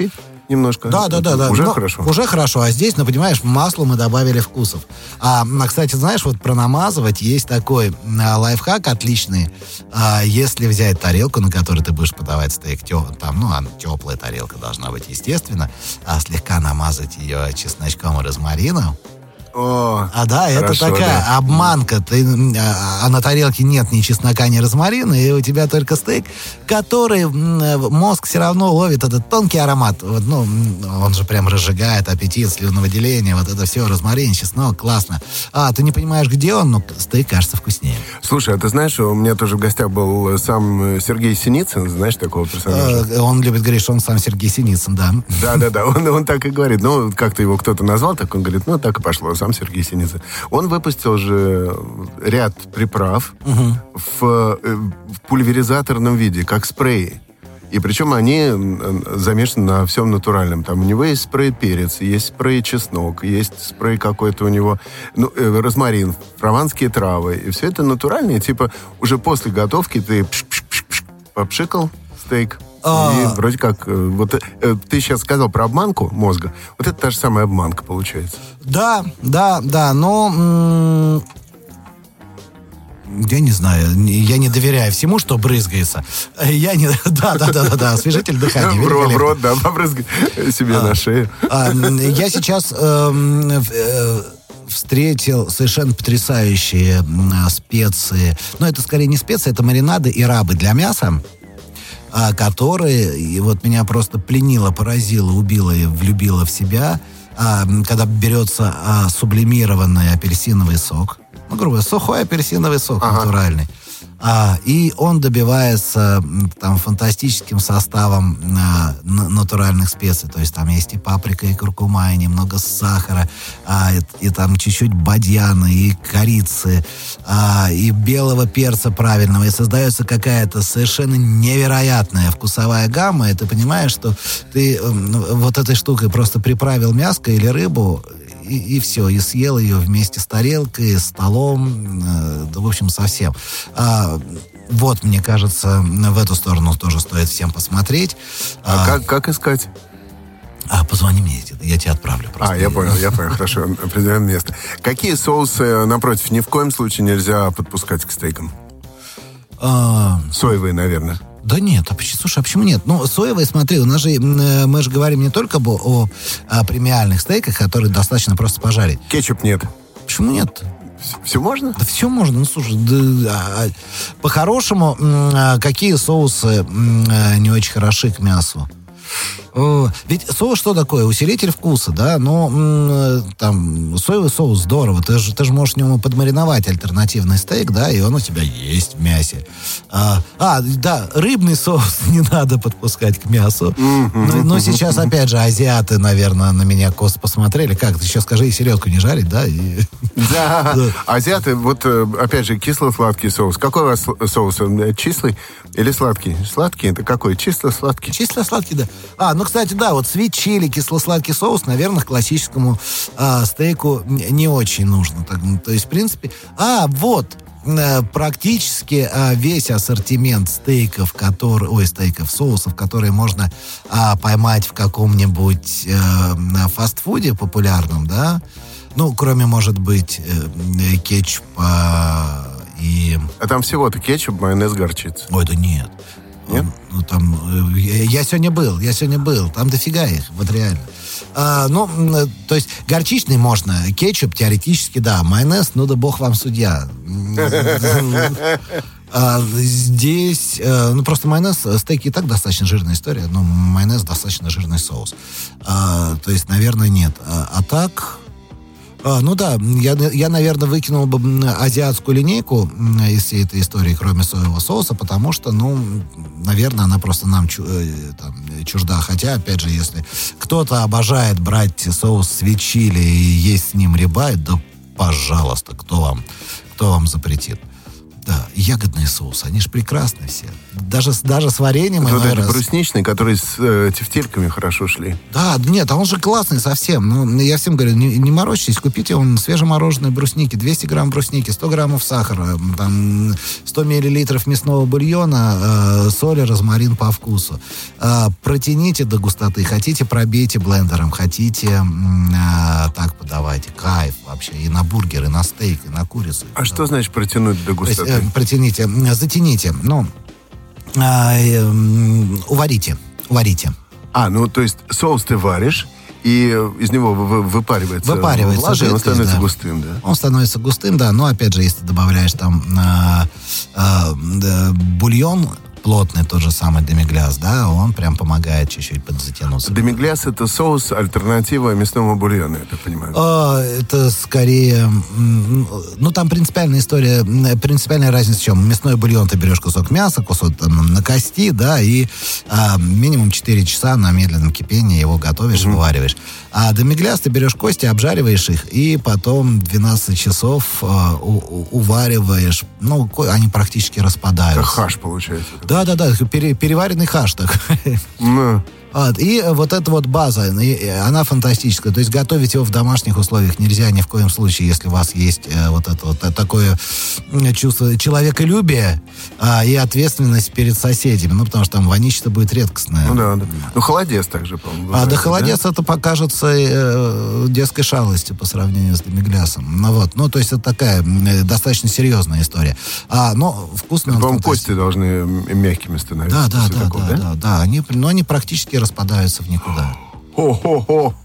немножко. Да, да, да, да. Уже Но хорошо. Уже хорошо. А здесь, ну, понимаешь, масло мы добавили вкусов. А, кстати, знаешь, вот пронамазывать есть такой а, лайфхак отличный. А, если взять тарелку, на которой ты будешь подавать стейк, тё, там, ну, она, теплая тарелка должна быть, естественно, а слегка намазать ее чесночком и розмарином. О, А да, хорошо, это такая да. обманка. Ты, а, а на тарелке нет ни чеснока, ни розмарина, и у тебя только стейк, который м, мозг все равно ловит этот тонкий аромат. Вот, ну, он же прям разжигает аппетит, слюновыделение, вот это все, розмарин, чеснок, классно. А, ты не понимаешь, где он, но стейк кажется вкуснее. Слушай, а ты знаешь, у меня тоже в гостях был сам Сергей Синицын, знаешь такого персонажа? Э, Он любит говорить, что он сам Сергей Синицын, да. Да-да-да, он, он так и говорит. Ну, как-то его кто-то назвал, так он говорит, ну, так и пошло, сам Сергей Синицын. Он выпустил же ряд приправ Угу. в, э, в пульверизаторном виде, как спреи. И причем они замешаны на всем натуральном. Там у него есть спрей перец, есть спрей чеснок, есть спрей какой-то у него, ну, э, розмарин, прованские травы. И все это натуральное. Типа уже после готовки ты пш-пш-пш-пш попшикал стейк. А. И вроде как, э, вот э, ты сейчас сказал про обманку мозга. Вот это та же самая обманка получается. Да, да, да, но... м- Я не знаю, я не доверяю всему, что брызгается. Я не... Да, да, да, да, да, освежитель дыхания. В рот, в великолепно. рот, да, побрызгай себе на шею. А, я сейчас эм, э, встретил совершенно потрясающие м, специи. Но это скорее не специи, это маринады и рабы для мяса, а, которые, и вот меня просто пленило, поразило, убило и влюбило в себя, а, когда берется а, сублимированный апельсиновый сок. Ну, грубо говоря, сухой апельсиновый сок, Ага. натуральный. А, и он добивается м, там фантастическим составом а, на- натуральных специй. То есть там есть и паприка, и куркума, и немного сахара, а, и, и там чуть-чуть бадьяна, и корицы, а, и белого перца правильного. И создается какая-то совершенно невероятная вкусовая гамма. И ты понимаешь, что ты м, вот этой штукой просто приправил мяско или рыбу, и, и все, и съел ее вместе с тарелкой, с столом, э, да, в общем, совсем. А, вот, мне кажется, в эту сторону тоже стоит всем посмотреть. А А, как, как искать? а, позвони мне, я тебя отправлю просто. А, я понял, я понял, хорошо, определенное место. Какие соусы, напротив, ни в коем случае нельзя подпускать к стейкам? А, Соевые, наверное. да нет, а почему, слушай, а почему нет? Ну, соевые, смотри, у нас же, м, мы же говорим не только об, о, о премиальных стейках, которые достаточно просто пожарить. Кетчуп нет. Почему нет? Все можно? Да все можно, ну слушай, да, а, по-хорошему, м, а, какие соусы м, а, не очень хороши к мясу? О, ведь соус что такое? Усилитель вкуса, да? Ну, м, там, соевый соус здорово. Ты же, ты же можешь в нем подмариновать альтернативный стейк, да, и он у тебя есть в мясе. А, а, да, рыбный соус не надо подпускать к мясу. Но, но сейчас, опять же, азиаты, наверное, на меня косо посмотрели. Как, ты еще скажи, и селедку не жарить, да? И... Да. Да. Азиаты, вот, э, опять же, кисло-сладкий соус. Какой у вас сл- соус? Он, э, числый или сладкий? Сладкий это какой? Число-сладкий? Число-сладкий, да. А, ну, кстати, да, вот свит чили, кисло-сладкий соус, наверное, к классическому а, стейку не не очень нужно. Так, ну, то есть, в принципе... А, вот, э, практически а, весь ассортимент стейков, который... Ой, стейков, соусов, которые можно а, поймать в каком-нибудь э, фастфуде популярном, да, ну, кроме, может быть, э, кетчупа и... А там всего-то кетчуп, майонез, горчица. Ой, да нет. Нет? Ну, там, э, я, я сегодня был, я сегодня был. Там дофига их, вот реально. А, ну, м, то есть, горчичный можно, кетчуп теоретически, да. Майонез, ну да бог вам судья. А, здесь, э, ну, просто майонез, стейки и так достаточно жирная история, но майонез достаточно жирный соус. А, то есть, наверное, нет. А, а так... А, ну да, я, я, наверное, выкинул бы м, азиатскую линейку м, из всей этой истории, кроме соевого соуса, потому что, ну, наверное, она просто нам чу- э, там, чужда. Хотя, опять же, если кто-то обожает брать соус свит чили и есть с ним рибай, да, пожалуйста, кто вам, кто вам запретит? Да, ягодные соусы, они же прекрасны все. Даже, даже с вареньем. Вот этот брусничный, который с э, тефтельками хорошо шли. Да, нет, а он же классный совсем. Ну, я всем говорю, не, не морочитесь, купите он свежемороженой брусники, двести грамм брусники, сто граммов сахара, там, сто миллилитров мясного бульона, э, соль, розмарин по вкусу. Э, протяните до густоты, хотите пробейте блендером, хотите э, так подавайте. Кайф вообще. И на бургер, и на стейк, и на курицу. А что значит протянуть до густоты? То есть, э, протяните, затяните, ну, э, э, уварите, уварите. А, ну, то есть соус ты варишь, и из него вы- выпаривается, Выпаривается влага, и он жидкость, становится да. густым, да? Он становится густым, да, но опять же, если ты добавляешь там э, э, да, бульон плотный, тот же самый демигляс, да, он прям помогает чуть-чуть подзатянуться. Демигляс — это соус, альтернатива мясному бульону, я так понимаю. А, это скорее... м, Ну, там принципиальная история, м, принципиальная разница в чем? Мясной бульон ты берешь кусок мяса, кусок там, на кости, да, и а, минимум четыре часа на медленном кипении его готовишь, mm-hmm. вывариваешь. А демигляс ты берешь кости, обжариваешь их, и потом двенадцать часов а, у, у- увариваешь. Ну, ко- они практически распадаются. Как хаш получается. Да-да-да, пере- переваренный хаш такой. Ну, Вот, и вот эта вот база, и- и она фантастическая. То есть готовить его в домашних условиях нельзя ни в коем случае, если у вас есть э, вот это вот э, такое м, чувство человеколюбия а, и ответственность перед соседями. Ну, потому что там вонища будет редкостная. ну да, да. Ну, холодец также, по-моему. А бывает, да холодец это покажется э, детской шалостью по сравнению с демиглясом. Ну вот, ну то есть это такая э, достаточно серьезная история. А, но вкусно. да? он По-моему, фантастический. кости должны м- мягкими становиться. Да, да, после да, такого, да, да, да. Они, но они практически распадаются в никуда. Хо-хо-хо.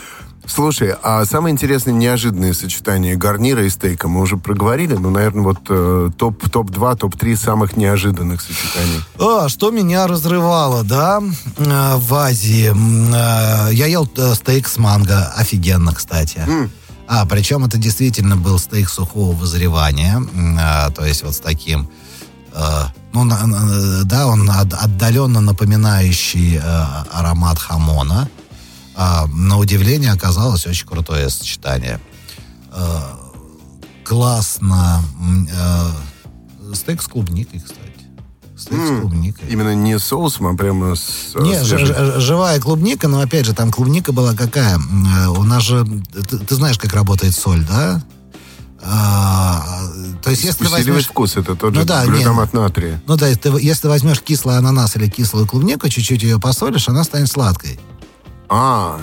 Слушай, а самое интересное неожиданное сочетание гарнира и стейка мы уже проговорили, ну, наверное, вот э, топ, топ-два, топ-три самых неожиданных сочетаний. А, что меня разрывало, да, э, в Азии. М, э, Я ел э, стейк с манго, офигенно, кстати. А, причем это действительно был стейк сухого вызревания, м, э, то есть вот с таким, э, ну, на- на- да, он от- отдаленно напоминающий э, аромат хамона. А, на удивление оказалось очень крутое сочетание. Э, классно. м, э, Стейк с клубникой, кстати. Стейк с клубникой. Именно не с соусом, а прямо с... Не, с ж- свежей- ж- живая клубника, но опять же, там клубника была какая? М, э, У нас же, ты, ты знаешь, как работает соль, да? А, то есть, если ты Усиливает возьмешь... вкус, это тот Ну же да, глютамат натрия. Ну да, ты, если ты возьмешь кислый ананас или кислую клубнику, чуть-чуть ее посолишь, она станет сладкой. А,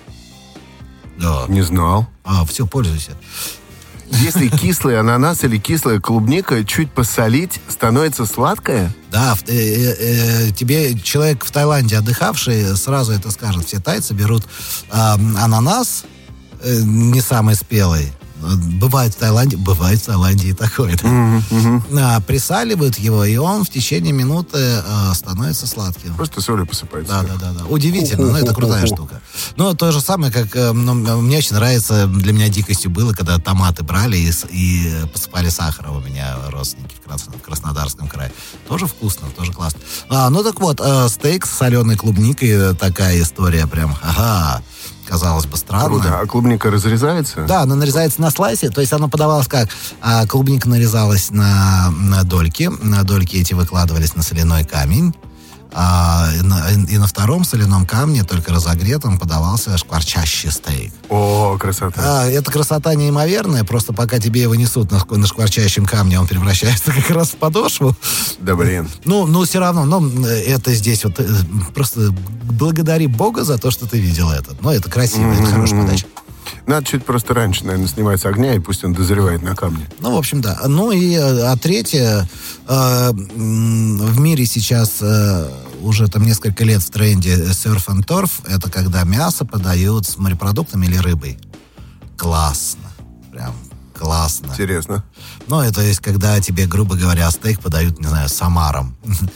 Да. не знал. А, все, пользуйся. Если кислый ананас или кислая клубника чуть посолить, становится сладкое? Да, в- э, э, э, тебе человек в Таиланде отдыхавший сразу это скажет. Все тайцы берут а, ананас, э, не самый спелый. Бывает в Таиланде, бывает в Таиланде и такое. да. А, присаливают его, и он в течение минуты э, становится сладким. Просто солью посыпается. Да, да, да, да. Удивительно, но это крутая штука. Ну, то же самое, как э, ну, мне очень нравится, для меня дикостью было, когда томаты брали и, с- и посыпали сахаром. У меня родственники в, Крас- в Краснодарском крае. Тоже вкусно, тоже классно. А, ну так вот, э, стейк с соленой клубникой, э, такая история прям, ага, казалось бы, странно. Круто. А клубника разрезается? Да, она нарезается на слайсе, то есть она подавалась как? А, клубника нарезалась на, на дольки, на дольки эти выкладывались на соляной камень, а, и, на, и на втором соляном камне, только разогретом, подавался шкварчащий стейк. О, красота. А, эта красота неимоверная, просто пока тебе его несут на, шк- на шкварчащем камне, он превращается как раз в подошву. Да блин. Ну, ну, все равно, ну, это здесь вот э, просто благодари Бога за то, что ты видел это. Ну, это красиво, это хорошая подача. Надо чуть просто раньше, наверное, снимать с огня, и пусть он дозревает на камне. Ну, в общем, да. Ну и э, а третье, э, м, в мире сейчас э, уже там несколько лет в тренде surf and turf, это когда мясо подают с морепродуктами или рыбой. Классно. Прям классно. Интересно. Ну, это есть, когда тебе, грубо говоря, стейк подают, не знаю, с омаром.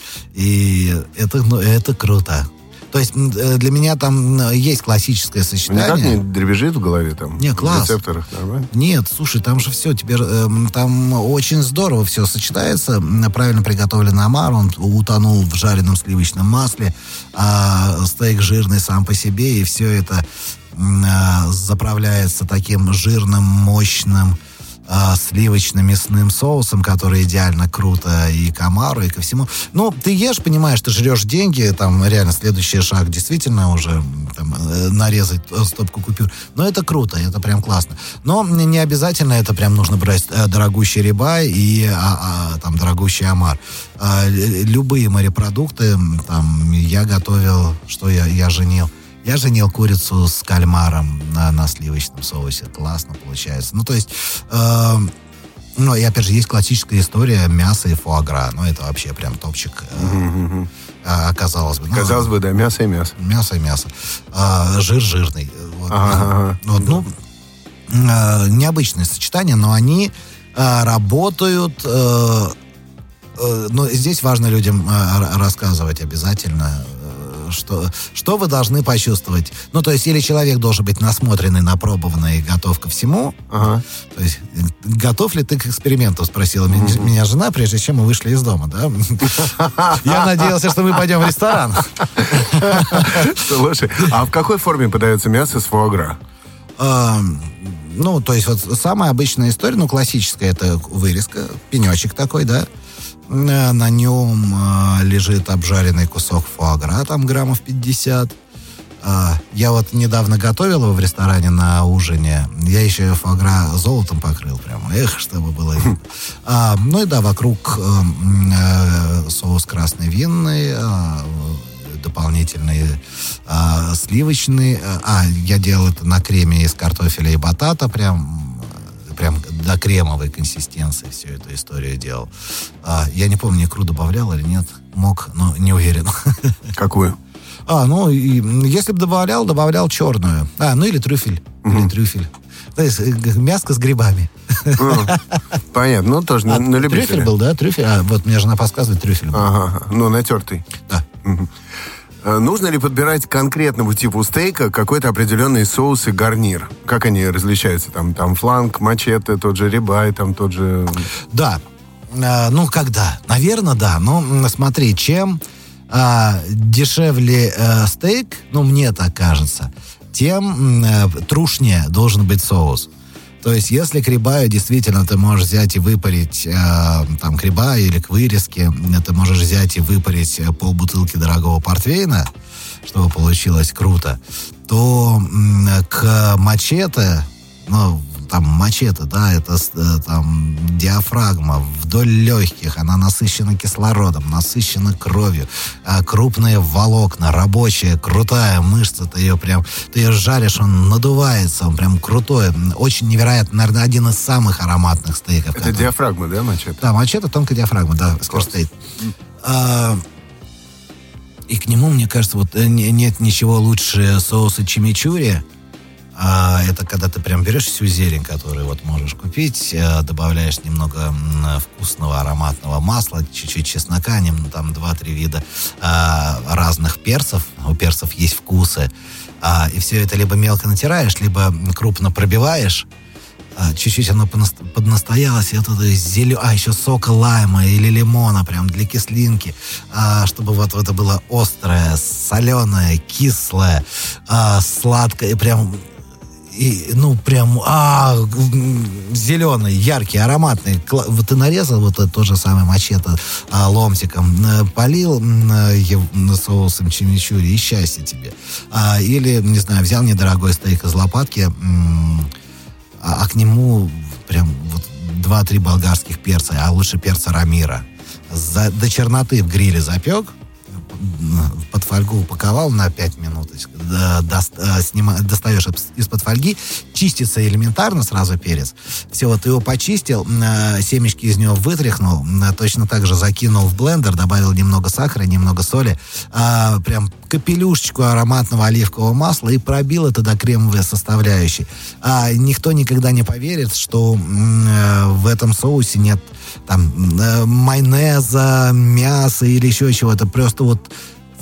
И это, ну, это круто. То есть м, э, для меня там м, есть классическое Никак сочетание. не дребезжит в голове там? Не, класс. В рецепторах нормально? Нет, слушай, там же все, тебе эм, там очень здорово все сочетается. М, Правильно приготовленный омар, он утонул в жареном сливочном масле, а стейк жирный сам по себе, и все это м, а, заправляется таким жирным, мощным а, сливочно-мясным соусом, который идеально круто и к омару, и ко всему. Ну, ты ешь, понимаешь, ты жрешь деньги, там реально следующий шаг действительно уже там, нарезать стопку купюр. Но это круто, это прям классно. Но не обязательно это прям нужно брать дорогущий рибай и а, а, там дорогущий омар. А, любые морепродукты, там, я готовил, что я, я женил. Я женил курицу с кальмаром на, на сливочном соусе. Классно получается. Ну, то есть, э, ну, и опять же, есть классическая история мяса и фуагра. Ну, это вообще прям топчик. Э, Mm-hmm. э, казалось бы. Ну, Казалось бы, да, мясо и мясо. Мясо и мясо. Э, жир жирный. Вот, Ага. вот, ну, э, необычное сочетание, но они э, работают... Э, э, но здесь важно людям э, рассказывать обязательно, Что, что вы должны почувствовать. Ну, то есть, или человек должен быть насмотренный, напробованный, готов ко всему. Ага. То есть, готов ли ты к эксперименту, спросила меня, mm-hmm. меня жена, прежде чем мы вышли из дома, да? Я надеялся, что мы пойдем в ресторан. Слушай, а в какой форме подается мясо с фуагра? Ну, то есть, вот самая обычная история, ну, классическая, это вырезка, пенечек такой, да? На нем э, лежит обжаренный кусок фуагра, там граммов пятьдесят. Э, я вот недавно готовил его в ресторане на ужине. Я еще фуагра золотом покрыл прям. Эх, чтобы было видно. А, ну и да, вокруг э, э, соус красный винный, э, дополнительный э, сливочный. А, я делал это на креме из картофеля и батата прям... прям до кремовой консистенции всю эту историю делал. А, я не помню, икру добавлял или нет. Мог, но не уверен. Какую? А, ну, и, если бы добавлял, добавлял черную. А, ну или трюфель. Mm-hmm. Или трюфель. То есть мяско с грибами. Mm. Понятно, ну тоже а, на любителя. Трюфель был, да? Трюфель. А, вот мне жена подсказывает, трюфель был. Ага, ну натертый. Да. Mm-hmm. Нужно ли подбирать конкретному типу стейка какой-то определенный соус и гарнир? Как они различаются? Там, там фланг, мачете, тот же рибай, там тот же... Да. А, ну, когда? Наверное, да. Ну, смотри, чем а, дешевле а, стейк, ну, мне так кажется, тем а, трушнее должен быть соус. То есть, если к рибаю действительно ты можешь взять и выпарить э, там к рибаю или к вырезке, ты можешь взять и выпарить полбутылки дорогого портвейна, чтобы получилось круто, то э, к мачете, ну, там мачете, да, это э, там диафрагма вдоль легких, она насыщена кислородом, насыщена кровью, э, крупные волокна, рабочая, крутая мышца, ты ее прям, ты ее жаришь, он надувается, он прям крутой, очень невероятно, наверное, один из самых ароматных стейков. Это который... диафрагма, да, мачете? Да, мачете, тонкая диафрагма, да, скоростейк. А, и к нему, мне кажется, вот нет ничего лучше соуса чимичурри. А, это когда ты прям берешь всю зелень, которую вот можешь купить, добавляешь немного вкусного ароматного масла, чуть-чуть чеснока, там два-три вида а, разных перцев. У перцев есть вкусы. А, и все это либо мелко натираешь, либо крупно пробиваешь. А, чуть-чуть оно поднастоялось, и оттуда зелё... А, еще сока лайма или лимона, прям для кислинки, а, чтобы вот это было острое, соленое, кислое, а, сладкое, прям... И, ну, прям, а, зеленый, яркий, ароматный. Вот ты нарезал вот это то же самое мачете а, ломтиком, полил а, соусом чимичурри, и счастье тебе. А, или, не знаю, взял недорогой стейк из лопатки, а, а к нему прям вот два-три болгарских перца, а лучше перца рамира. За, до черноты в гриле запек, под фольгу упаковал на пять минут, до, до, снима, достаешь из-под фольги, чистится элементарно сразу перец. Все, вот его почистил, семечки из него вытряхнул, точно так же закинул в блендер, добавил немного сахара, немного соли, прям капелюшечку ароматного оливкового масла и пробил это до кремовой составляющей. А никто никогда не поверит, что в этом соусе нет там майонеза, мяса или еще чего-то. Просто вот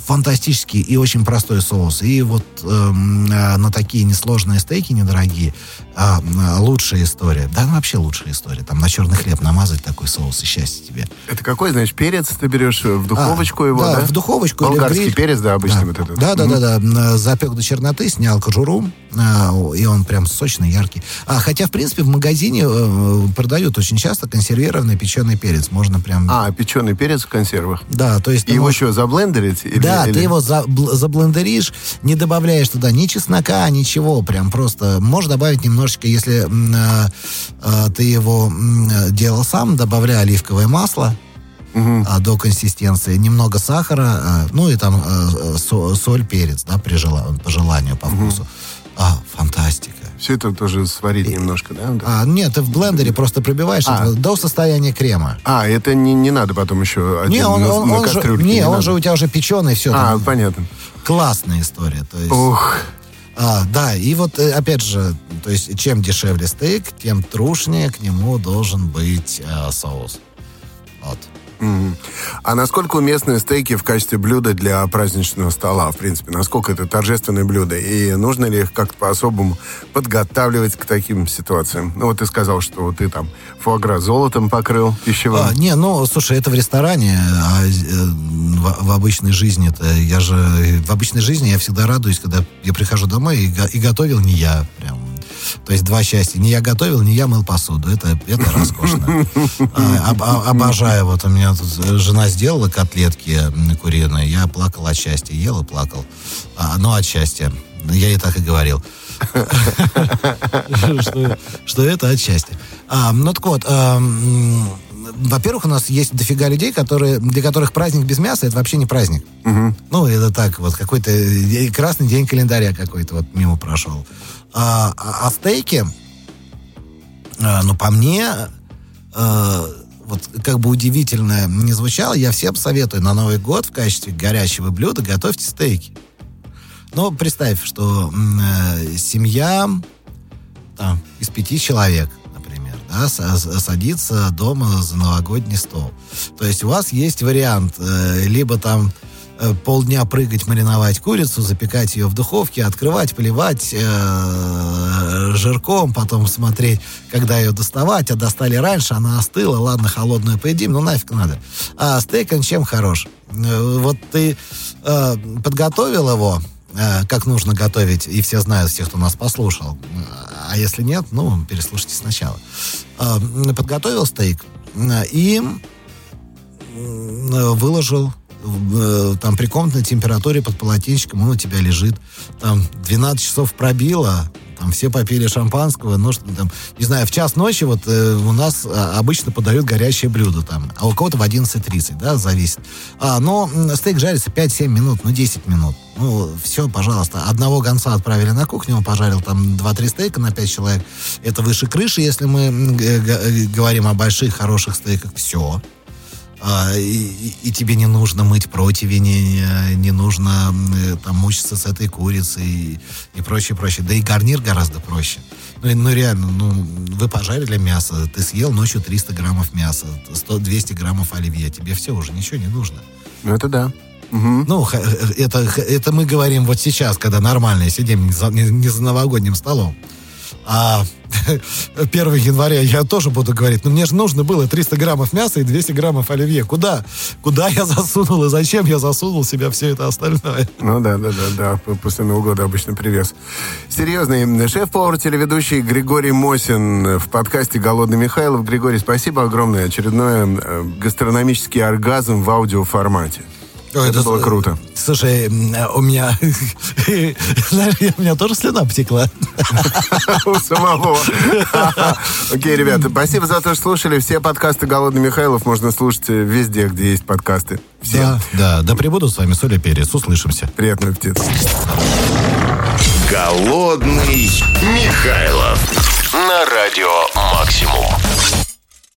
фантастический и очень простой соус. И вот э, на такие несложные стейки недорогие э, лучшая история. Да, вообще лучшая история. Там на черный хлеб намазать такой соус, и счастье тебе. Это какой, знаешь, перец ты берешь в духовочку а, его, да? Да, в духовочку. Болгарский или в перец, да, обычно да. вот этот. Да, да, да, да. Запек до черноты, снял кожуру, и он прям сочный, яркий. А, хотя, в принципе, в магазине э, продают очень часто консервированный печеный перец. Можно прям... А, печеный перец в консервах? Да, то есть... И его можешь... что, заблендерить? Или, да, или... ты его за, заблендеришь, не добавляешь туда ни чеснока, ничего, прям просто... Можешь добавить немножечко, если э, э, ты его э, делал сам, добавляй оливковое масло, Uh-huh. а, до консистенции, немного сахара, а, ну и там а, со, соль, перец, да, при жела, по желанию, по вкусу. Uh-huh. А, фантастика. Все это тоже сварить и, немножко, да? А, нет, ты в блендере просто пробиваешь а. до состояния крема. А, это не, не надо потом еще один не, он, на, он, на он кастрюльке? Же, не, не он надо. же у тебя уже печеный, все. А, там, понятно. Классная история. То есть, Ух. А, да, и вот, опять же, то есть, чем дешевле стейк, тем трушнее к нему должен быть э, соус. Вот. Mm-hmm. А насколько уместны стейки в качестве блюда для праздничного стола? В принципе, насколько это торжественное блюдо? И нужно ли их как-то по-особому подготавливать к таким ситуациям? Ну, вот ты сказал, что вот ты там фуагра золотом покрыл пищевым. А, не, ну, слушай, это в ресторане, а э, в, в обычной жизни-то, я же, в обычной жизни я всегда радуюсь, когда я прихожу домой, и, и готовил не я, прям. То есть два счастья. Не я готовил, не я мыл посуду. Это, это роскошно. А, об, обожаю. Вот у меня тут жена сделала котлетки куриные. Я плакал от счастья. Ел и плакал. А, ну, от счастья. Я и так и говорил. Что это от счастья. Ну, так вот. Во-первых, у нас есть дофига людей, которые, для которых праздник без мяса — это вообще не праздник. Ну, это так, вот какой-то красный день календаря какой-то вот мимо прошел. А, а, а стейки, а, ну, по мне, а, вот как бы удивительно не звучало, я всем советую на Новый год в качестве горячего блюда готовьте стейки. Ну, представь, что э, семья там, из пяти человек, например, да, с- садится дома за новогодний стол. То есть у вас есть вариант, э, либо там полдня прыгать, мариновать курицу, запекать ее в духовке, открывать, поливать э, жирком, потом смотреть, когда ее доставать, а достали раньше, она остыла, ладно, холодную поедим, ну нафиг надо. А стейк, он чем хорош? Вот ты э, подготовил его, э, как нужно готовить, и все знают, тех, кто нас послушал, а если нет, ну, переслушайте сначала. Э, подготовил стейк э, и э, выложил там при комнатной температуре под полотенчиком, он у тебя лежит. Там двенадцать часов пробило, там все попили шампанского, ну, что там, не знаю, в час ночи вот э, у нас а, обычно подают горячее блюдо там, а у кого-то в одиннадцать тридцать, да, зависит. А, но стейк жарится пять-семь минут, ну, десять минут. Ну, все, пожалуйста. Одного гонца отправили на кухню, он пожарил там два-три стейка на пять человек. Это выше крыши, если мы г- г- говорим о больших, хороших стейках. Все. А, и, и тебе не нужно мыть противень, не, не нужно там мучиться с этой курицей и, и прочее, прочее. Да и гарнир гораздо проще. Ну, ну реально, ну, вы пожарили мясо, ты съел ночью триста граммов мяса, сто-двести граммов оливье, тебе все, уже ничего не нужно. Ну, это да. Угу. Ну, это, это мы говорим вот сейчас, когда нормально сидим, не за, не, не за новогодним столом. А первого января я тоже буду говорить, ну мне же нужно было триста граммов мяса и двести граммов оливье. Куда? Куда я засунул и зачем я засунул в себя все это остальное? Ну да, да, да, да. После Нового года обычно привез. Серьезный шеф-повар, телеведущий Григорий Мосин в подкасте «Голодный Михайлов». Григорий, спасибо огромное. Очередной гастрономический оргазм в аудиоформате. Это, это было круто. Слушай, у меня... У меня тоже слюна потекла. У самого. Окей, ребята, спасибо за то, что слушали. Все подкасты «Голодный Михайлов» можно слушать везде, где есть подкасты. Да, да. Да пребудут с вами соль и перец. Услышимся. Приятного аппетита. «Голодный Михайлов» на радио «Максимум».